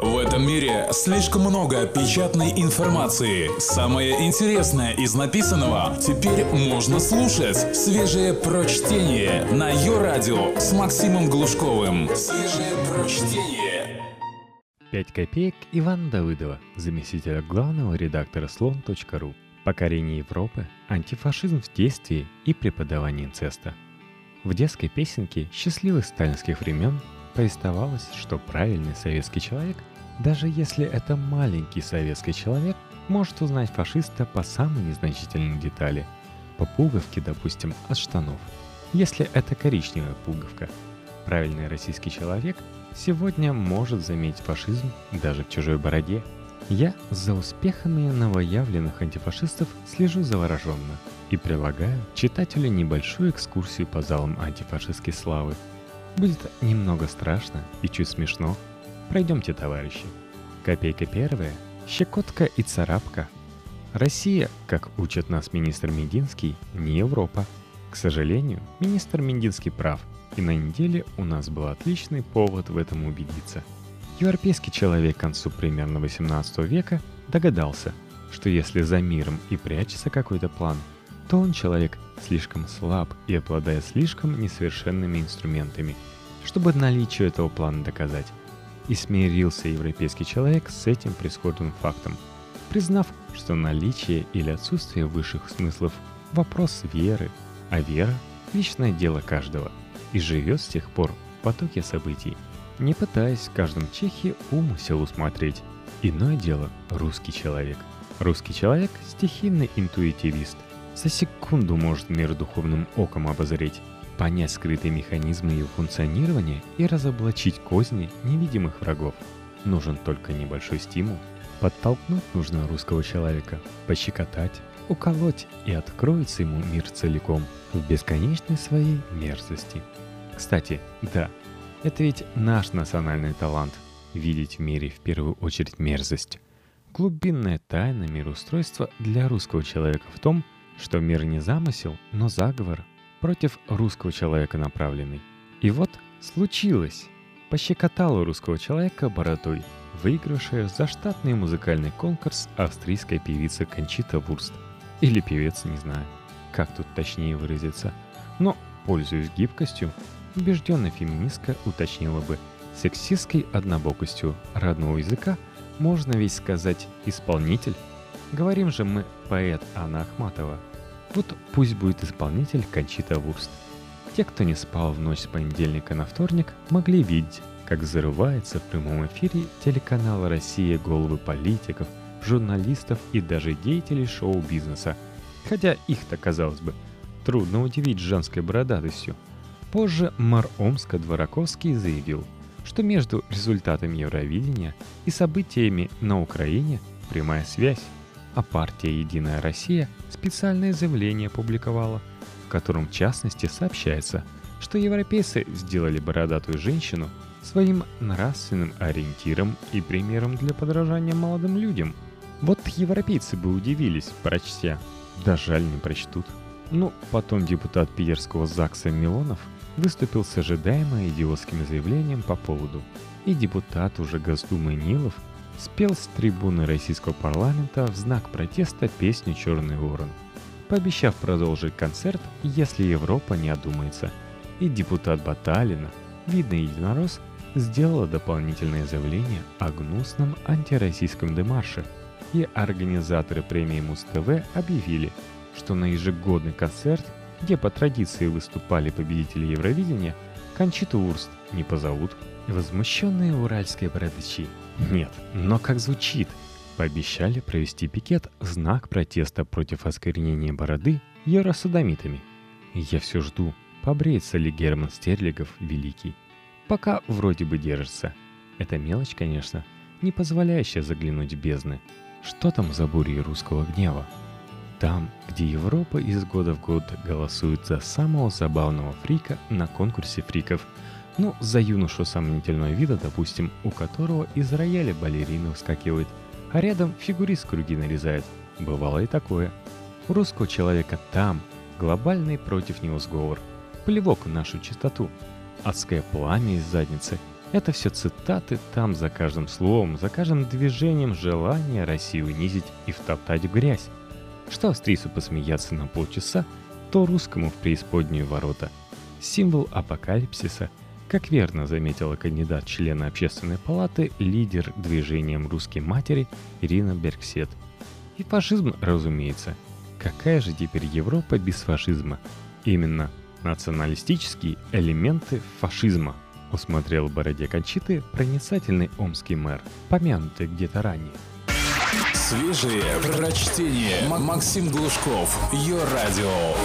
В этом мире слишком много печатной информации. Самое интересное из написанного теперь можно слушать. Свежее прочтение на Ё-радио с Максимом Глушковым. Свежее прочтение. 5 копеек Ивана Давыдова, заместителя главного редактора Слон.ру. Покорение Европы, антифашизм в действии и преподавание инцеста. В детской песенке счастливых сталинских времен повествовалось, что правильный советский человек, даже если это маленький советский человек, может узнать фашиста по самой незначительной детали. По пуговке, допустим, от штанов. Если это коричневая пуговка. Правильный российский человек сегодня может заметить фашизм даже в чужой бороде. Я за успехами новоявленных антифашистов слежу завороженно и предлагаю читателю небольшую экскурсию по залам антифашистской славы. Будет немного страшно и чуть смешно. Пройдемте, товарищи. Копейка первая. Щекотка и царапка. Россия, как учит нас министр Мединский, не Европа. К сожалению, министр Мединский прав, и на неделе у нас был отличный повод в этом убедиться. Европейский человек к концу примерно 18 века догадался, что если за миром и прячется какой-то план, то он человек слишком слаб и обладает слишком несовершенными инструментами, чтобы наличие этого плана доказать. И смирился европейский человек с этим прискорбным фактом, признав, что наличие или отсутствие высших смыслов – вопрос веры, а вера – личное дело каждого, и живет с тех пор в потоке событий, не пытаясь в каждом чехе умысел усмотреть. Иное дело – русский человек. Русский человек – стихийный интуитивист. За секунду может мир духовным оком обозреть, понять скрытые механизмы его функционирования и разоблачить козни невидимых врагов. Нужен только небольшой стимул. Подтолкнуть нужно русского человека, пощекотать, уколоть, и откроется ему мир целиком в бесконечной своей мерзости. Кстати, да, это ведь наш национальный талант — видеть в мире в первую очередь мерзость. Глубинная тайна мироустройства для русского человека в том, что мир не замысел, но заговор против русского человека направленный. И вот случилось. Пощекотала русского человека бородой, выигравшая заштатный музыкальный конкурс австрийская певица Кончита Вурст. Или певец, не знаю, как тут точнее выразиться. Но, пользуясь гибкостью, убежденная феминистка уточнила бы: сексистской однобокостью родного языка можно ведь сказать «исполнитель». Говорим же мы поэт Анна Ахматова. Вот пусть будет исполнитель Кончита Вурст. Те, кто не спал в ночь с понедельника на вторник, могли видеть, как взрывается в прямом эфире телеканала «Россия» головы политиков, журналистов и даже деятелей шоу-бизнеса. Хотя их-то, казалось бы, трудно удивить женской бородатостью. Позже мэр Омска Двораковский заявил, что между результатами Евровидения и событиями на Украине прямая связь, а партия «Единая Россия» специальное заявление опубликовала, в котором в частности сообщается, что европейцы сделали бородатую женщину своим нравственным ориентиром и примером для подражания молодым людям. Вот европейцы бы удивились, прочтя. Да жаль, не прочтут. Ну, потом депутат питерского ЗАГСа Милонов выступил с ожидаемо идиотским заявлением по поводу. И депутат уже Госдумы Нилов спел с трибуны российского парламента в знак протеста песню «Черный ворон», пообещав продолжить концерт, если Европа не одумается. И депутат Баталина, видный единорос, сделала дополнительное заявление о гнусном антироссийском демарше. И организаторы премии Муз-ТВ объявили, что на ежегодный концерт, где по традиции выступали победители Евровидения, Кончиту Вурст не позовут. Возмущенные уральские бородачи, нет, но как звучит, пообещали провести пикет в знак протеста против осквернения бороды евросодомитами. Я все жду, побреется ли Герман Стерлигов великий. Пока вроде бы держится. Это мелочь, конечно, не позволяющая заглянуть в бездны. Что там за бурей русского гнева? Там, где Европа из года в год голосует за самого забавного фрика на конкурсе фриков. Ну, за юношу сомнительного вида, допустим, у которого из рояля балерина вскакивает, а рядом фигурист круги нарезает. Бывало и такое. У русского человека там глобальный против него сговор, плевок в нашу чистоту, адское пламя из задницы Это все цитаты, там за каждым словом, за каждым движением желание Россию унизить и втоптать в грязь. Что австрийцу посмеяться на полчаса, то русскому в преисподнюю ворота. Символ апокалипсиса, как верно заметила кандидат члена Общественной палаты, лидер движением «Русские матери» Ирина Бергсет. И фашизм, разумеется. Какая же теперь Европа без фашизма? Именно националистические элементы фашизма, усмотрел в бороде Кончиты проницательный омский мэр, помянутый где-то ранее. Свежие прочтение. Максим Глушков. Йо-радио.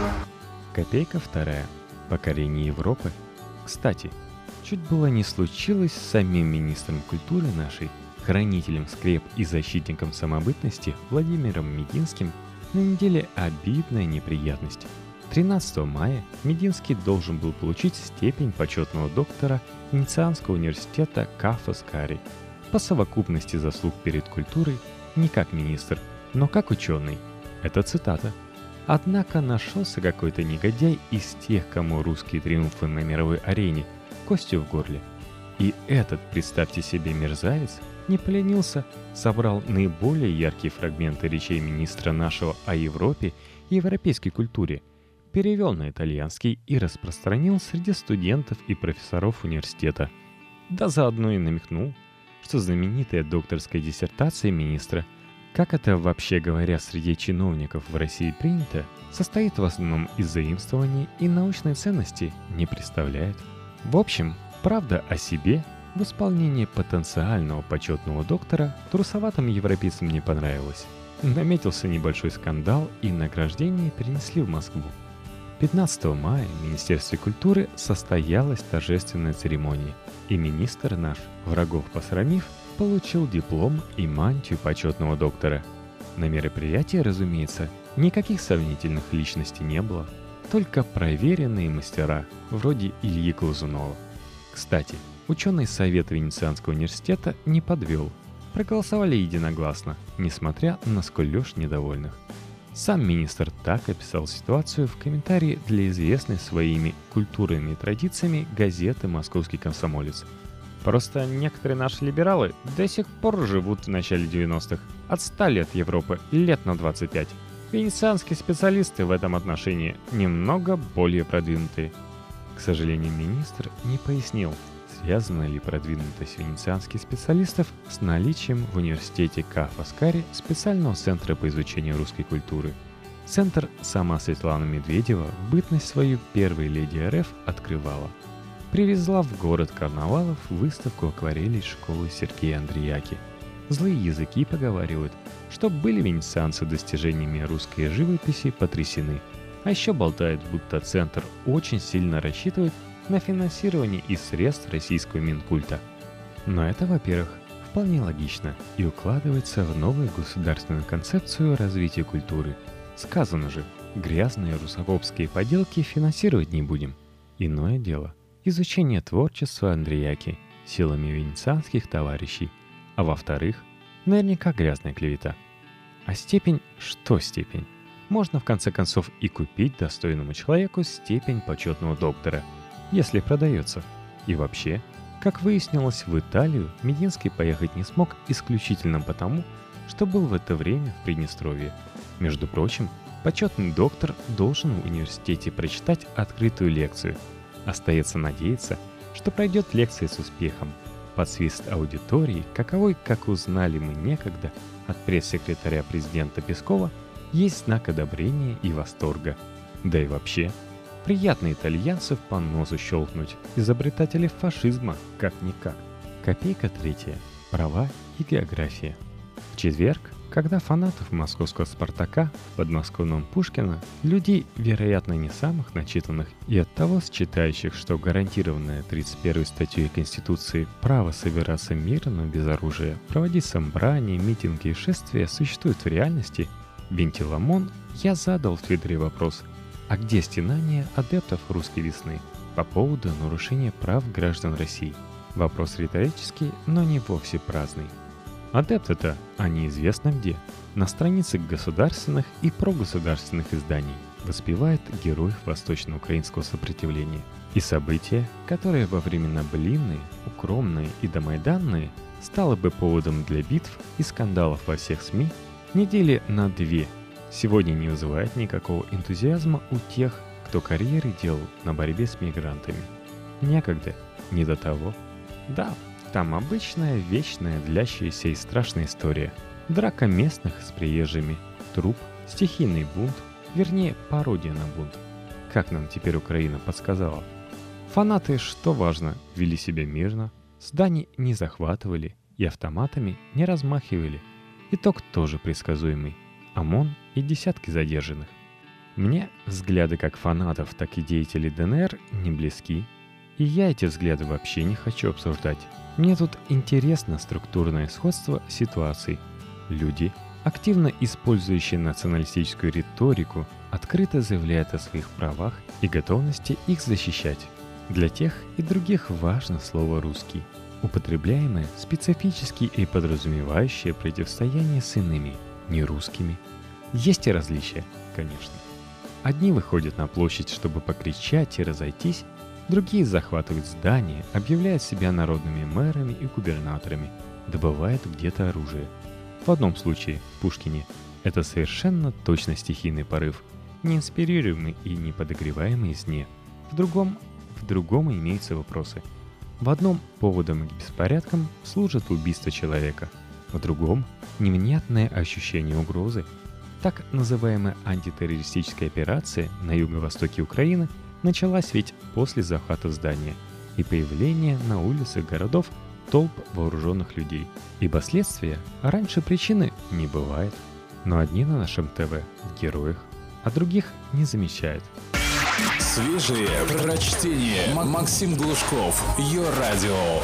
Копейка вторая. Покорение Европы. Кстати, чуть было не случилось с самим министром культуры нашей, хранителем скреп и защитником самобытности Владимиром Мединским на неделе обидная неприятность. 13 мая Мединский должен был получить степень почетного доктора Венецианского университета Ка' Фоскари по совокупности заслуг перед культурой не как министр, но как ученый. Это цитата. Однако нашелся какой-то негодяй из тех, кому русские триумфы на мировой арене костью в горле. И этот, представьте себе, мерзавец, не поленился, собрал наиболее яркие фрагменты речей министра нашего о Европе и европейской культуре, перевел на итальянский и распространил среди студентов и профессоров университета. Да заодно и намекнул, что знаменитая докторская диссертация министра, как это вообще говоря среди чиновников в России принято, состоит в основном из заимствований и научной ценности не представляет. В общем, правда о себе в исполнении потенциального почетного доктора трусоватым европейцам не понравилось. Наметился небольшой скандал, и награждение перенесли в Москву. 15 мая в Министерстве культуры состоялась торжественная церемония, и министр наш, врагов посрамив, получил диплом и мантию почетного доктора. На мероприятии, разумеется, никаких сомнительных личностей не было, только проверенные мастера, вроде Ильи Глазунова. Кстати, ученый совет Венецианского университета не подвел, проголосовали единогласно, несмотря на скулёж недовольных. Сам министр так описал ситуацию в комментарии для известной своими культурными традициями газеты «Московский комсомолец». Просто некоторые наши либералы до сих пор живут в начале 90-х, отстали от Европы лет на 25. Венецианские специалисты в этом отношении немного более продвинутые. К сожалению, министр не пояснил, связана ли продвинутость венецианских специалистов с наличием в университете Ка' Фоскари специального центра по изучению русской культуры. Центр сама Светлана Медведева в бытность свою первой леди РФ открывала. Привезла в город карнавалов выставку акварелей школы Сергея Андреяки. Злые языки поговаривают, что были венецианцы достижениями русской живописи потрясены. А еще болтают, будто центр очень сильно рассчитывает на финансирование из средств российского Минкульта. Но это, во-первых, вполне логично и укладывается в новую государственную концепцию развития культуры. Сказано же, грязные русофобские поделки финансировать не будем. Иное дело – изучение творчества Андреяки силами венецианских товарищей. А во-вторых, наверняка грязная клевета. А степень – что степень? Можно в конце концов и купить достойному человеку степень почетного доктора – если продается. И вообще, как выяснилось, в Италию Мединский поехать не смог исключительно потому, что был в это время в Приднестровье. Между прочим, почетный доктор должен в университете прочитать открытую лекцию. Остается надеяться, что пройдет лекция с успехом. Под свист аудитории, каковой, как узнали мы некогда от пресс-секретаря президента Пескова, есть знак одобрения и восторга. Да и вообще, приятно итальянцев по носу щелкнуть, изобретателей фашизма, как-никак. Копейка третья. Права и география. В четверг, когда фанатов московского «Спартака» в подмосковном Пушкино, людей, вероятно, не самых начитанных и оттого считающих, что гарантированное 31-й статьей Конституции право собираться мирно, без оружия, проводить собрания, митинги и шествия существует в реальности, Бентиламон, я задал в Твиттере вопрос: а где стенания адептов русской весны по поводу нарушения прав граждан России? Вопрос риторический, но не вовсе праздный. Адепты-то, они известно где. На страницах государственных и прогосударственных изданий воспевает героев восточно-украинского сопротивления. И события, которые во времена Былинные у укромные и домайданные стало бы поводом для битв и скандалов во всех СМИ, недели на 2 сегодня не вызывает никакого энтузиазма у тех, кто карьеры делал на борьбе с мигрантами. Некогда, не до того. Да, там обычная, вечная, длящаяся и страшная история. Драка местных с приезжими, труп, стихийный бунт, вернее, пародия на бунт. Как нам теперь Украина подсказала. Фанаты, что важно, вели себя мирно, зданий не захватывали и автоматами не размахивали. Итог тоже предсказуемый. ОМОН и десятки задержанных. Мне взгляды как фанатов, так и деятелей ДНР не близки. И я эти взгляды вообще не хочу обсуждать. Мне тут интересно структурное сходство ситуаций. Люди, активно использующие националистическую риторику, открыто заявляют о своих правах и готовности их защищать. Для тех и других важно слово «русский», употребляемое специфически и подразумевающее противостояние с иными, нерусскими. Есть и различия, конечно. Одни выходят на площадь, чтобы покричать и разойтись, другие захватывают здания, объявляют себя народными мэрами и губернаторами, добывают где-то оружие. В одном случае, в Пушкине, это совершенно точно стихийный порыв, не инспирируемый и не подогреваемый извне. В другом имеются вопросы. В одном поводом к беспорядкам служит убийство человека, в другом – невнятное ощущение угрозы. Так называемая антитеррористическая операция на юго-востоке Украины началась ведь после захвата здания и появления на улицах городов толп вооруженных людей. Ибо следствия раньше причины не бывает. Но одни на нашем ТВ в героях, а других не замечают. Свежие прочтение. Максим Глушков, Йо-Радио.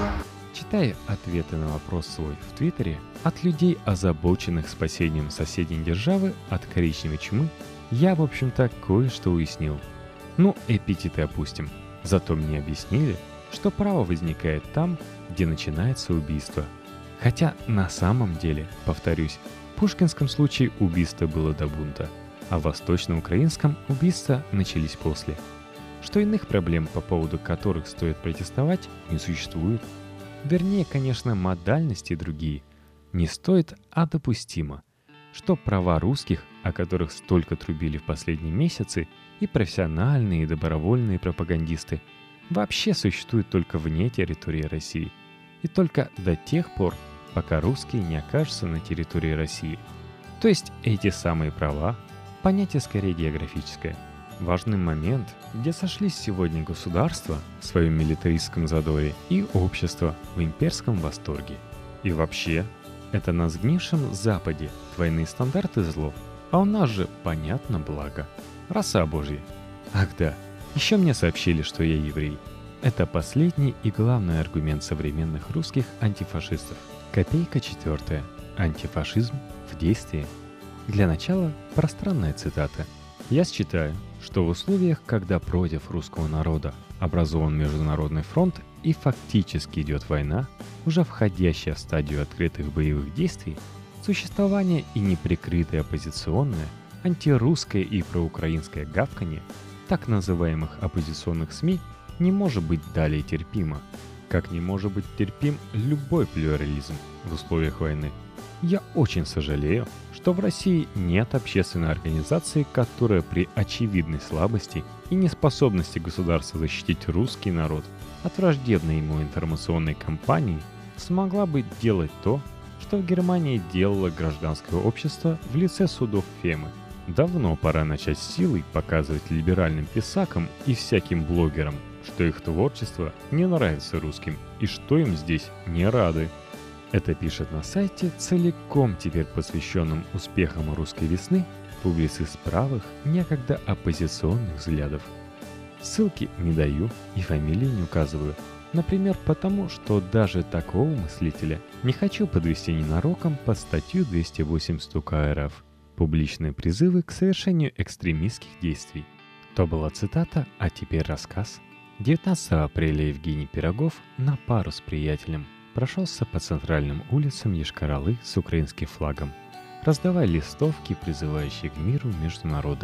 Читая ответы на вопрос свой в Твиттере от людей, озабоченных спасением соседней державы от коричневой чумы, я, в общем-то, кое-что уяснил. Ну, эпитеты опустим. Зато мне объяснили, что право возникает там, где начинается убийство. Хотя на самом деле, повторюсь, в пушкинском случае убийство было до бунта, а в восточноукраинском убийства начались после. Что иных проблем, по поводу которых стоит протестовать, не существует. Вернее, конечно, модальности другие. Не стоит, а допустимо. Что права русских, о которых столько трубили в последние месяцы, и профессиональные, и добровольные пропагандисты, вообще существуют только вне территории России. И только до тех пор, пока русские не окажутся на территории России. То есть эти самые права – понятие скорее географическое. Важный момент, где сошлись сегодня государства в своем милитаристском задоре и общество в имперском восторге. И вообще, это на сгнившем Западе двойные стандарты зло, а у нас же, понятно, благо. Роса Божья. Ах да, еще мне сообщили, что я еврей. Это последний и главный аргумент современных русских антифашистов. Копейка 4. Антифашизм в действии. Для начала пространная цитата. Я считаю, что в условиях, когда против русского народа образован международный фронт и фактически идет война, уже входящая в стадию открытых боевых действий, существование и неприкрытое оппозиционное, антирусское и проукраинское гавканье так называемых оппозиционных СМИ не может быть далее терпимо, как не может быть терпим любой плюрализм в условиях войны. Я очень сожалею, что в России нет общественной организации, которая при очевидной слабости и неспособности государства защитить русский народ от враждебной ему информационной кампании смогла бы делать то, что в Германии делало гражданское общество в лице судов Фемы. Давно пора начать силой показывать либеральным писакам и всяким блогерам, что их творчество не нравится русским и что им здесь не рады. Это пишет на сайте, целиком теперь посвященном успехам русской весны, публицист правых, некогда оппозиционных взглядов. Ссылки не даю и фамилии не указываю. Например, потому что даже такого мыслителя не хочу подвести ненароком под статью 280 УК РФ «Публичные призывы к совершению экстремистских действий». То была цитата, а теперь рассказ. 19 апреля Евгений Пирогов на пару с приятелем прошелся по центральным улицам Йошкар-Олы с украинским флагом, раздавая листовки, призывающие к миру между народами.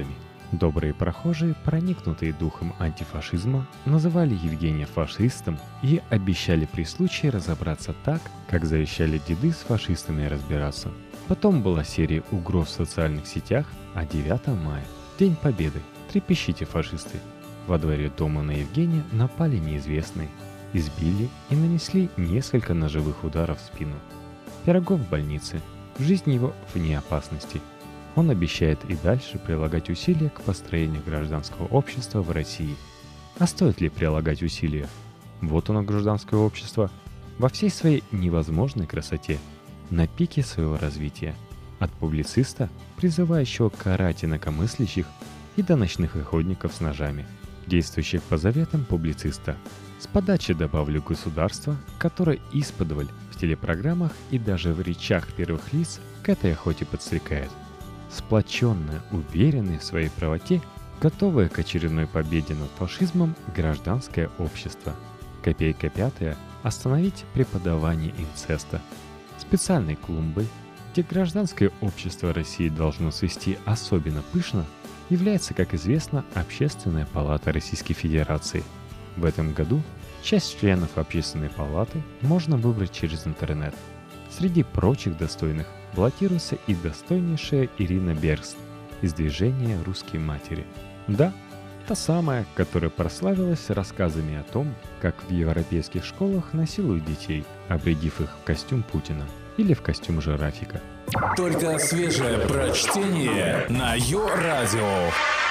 Добрые прохожие, проникнутые духом антифашизма, называли Евгения фашистом и обещали при случае разобраться так, как завещали деды с фашистами разбираться. Потом была серия угроз в социальных сетях, а 9 мая, День Победы, трепещите, фашисты. Во дворе дома на Евгения напали неизвестные, избили и нанесли несколько ножевых ударов в спину. Пирогов в больнице, жизнь его вне опасности. Он обещает и дальше прилагать усилия к построению гражданского общества в России. А стоит ли прилагать усилия? Вот оно, гражданское общество, во всей своей невозможной красоте, на пике своего развития. От публициста, призывающего карать инакомыслящих, и до ночных охотников с ножами, действующих по заветам публициста. С подачи, добавлю, государства, которое исподволь в телепрограммах и даже в речах первых лиц к этой охоте подстрекает. Сплоченное, уверенное в своей правоте, готовое к очередной победе над фашизмом гражданское общество. Копейка 5 – остановить преподавание инцеста. Специальной клумбой, где гражданское общество России должно свести особенно пышно, является, как известно, Общественная палата Российской Федерации. В этом году часть членов Общественной палаты можно выбрать через интернет. Среди прочих достойных баллотируется и достойнейшая Ирина Берст из движения «Русские матери». Да, та самая, которая прославилась рассказами о том, как в европейских школах насилуют детей, обрядив их в костюм Путина или в костюм жирафика. Только свежее прочтение на Йо-Радио.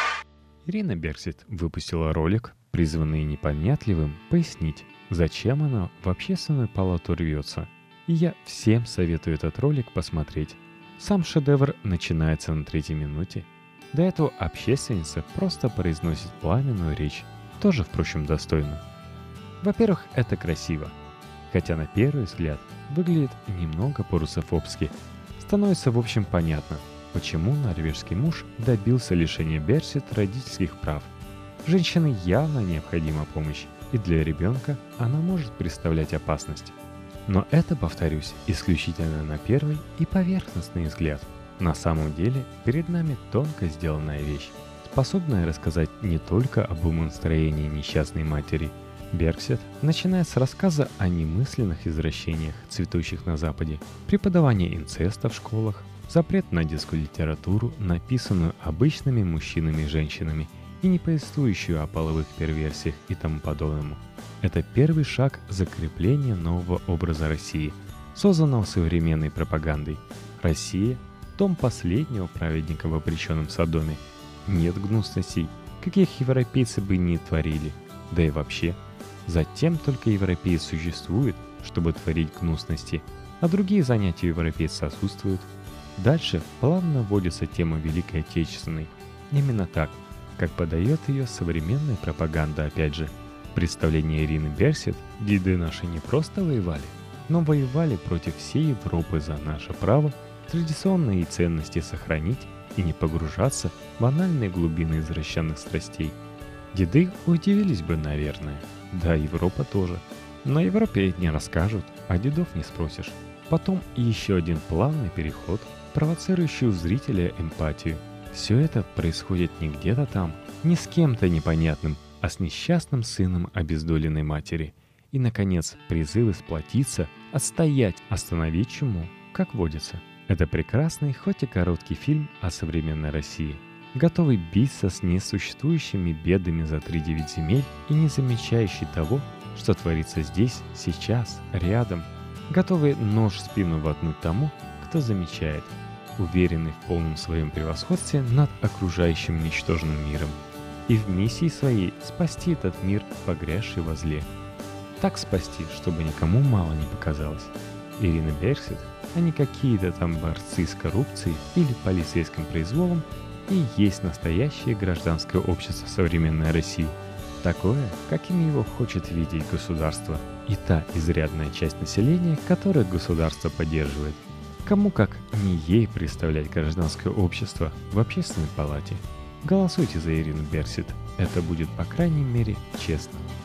Ирина Берсит выпустила ролик, призванный непонятливым пояснить, зачем она в Общественную палату рвется. И я всем советую этот ролик посмотреть. Сам шедевр начинается на 3-й минуте. До этого общественница просто произносит пламенную речь, тоже, впрочем, достойную. Во-первых, это красиво. Хотя на первый взгляд выглядит немного по-русофобски. Становится, в общем, понятно, почему норвежский муж добился лишения Берсит родительских прав. Женщине явно необходима помощь, и для ребенка она может представлять опасность. Но это, повторюсь, исключительно на первый и поверхностный взгляд. На самом деле перед нами тонко сделанная вещь, способная рассказать не только об умонастроении несчастной матери. Берксет начинает с рассказа о немысленных извращениях, цветущих на Западе, преподавании инцеста в школах, запрет на детскую литературу, написанную обычными мужчинами и женщинами, и не повествующую о половых перверсиях и тому подобному. Это первый шаг закрепления нового образа России, созданного современной пропагандой. Россия – дом последнего праведника в обреченном Содоме. Нет гнусностей, каких европейцы бы ни творили. Да и вообще, затем только европеец существует, чтобы творить гнусности, а другие занятия европейца отсутствуют. Дальше плавно вводится тема Великой Отечественной. Именно так, как подает ее современная пропаганда опять же. Представление Ирины Берсит, деды наши не просто воевали, но воевали против всей Европы за наше право традиционные ценности сохранить и не погружаться в банальные глубины извращенных страстей. Деды удивились бы, наверное. Да, Европа тоже. Но Европе не расскажут, а дедов не спросишь. Потом еще один плавный переход, провоцирующий у зрителя эмпатию. Все это происходит не где-то там, не с кем-то непонятным, а с несчастным сыном обездоленной матери. И, наконец, призывы сплотиться, отстоять, остановить чуму, как водится. Это прекрасный, хоть и короткий фильм о современной России, готовый биться с несуществующими бедами за 3-9 земель и не замечающий того, что творится здесь, сейчас, рядом, готовый нож в спину воткнуть тому, кто замечает, уверенный в полном своем превосходстве над окружающим ничтожным миром, и в миссии своей спасти этот мир, погрязший во зле. Так спасти, чтобы никому мало не показалось. Ирина Берсит, а не какие-то там борцы с коррупцией или полицейским произволом, и есть настоящее гражданское общество современной России. Такое, каким его хочет видеть государство, и та изрядная часть населения, которое государство поддерживает. Кому как не ей представлять гражданское общество в Общественной палате. Голосуйте за Ирину Берсит. Это будет, по крайней мере, честно.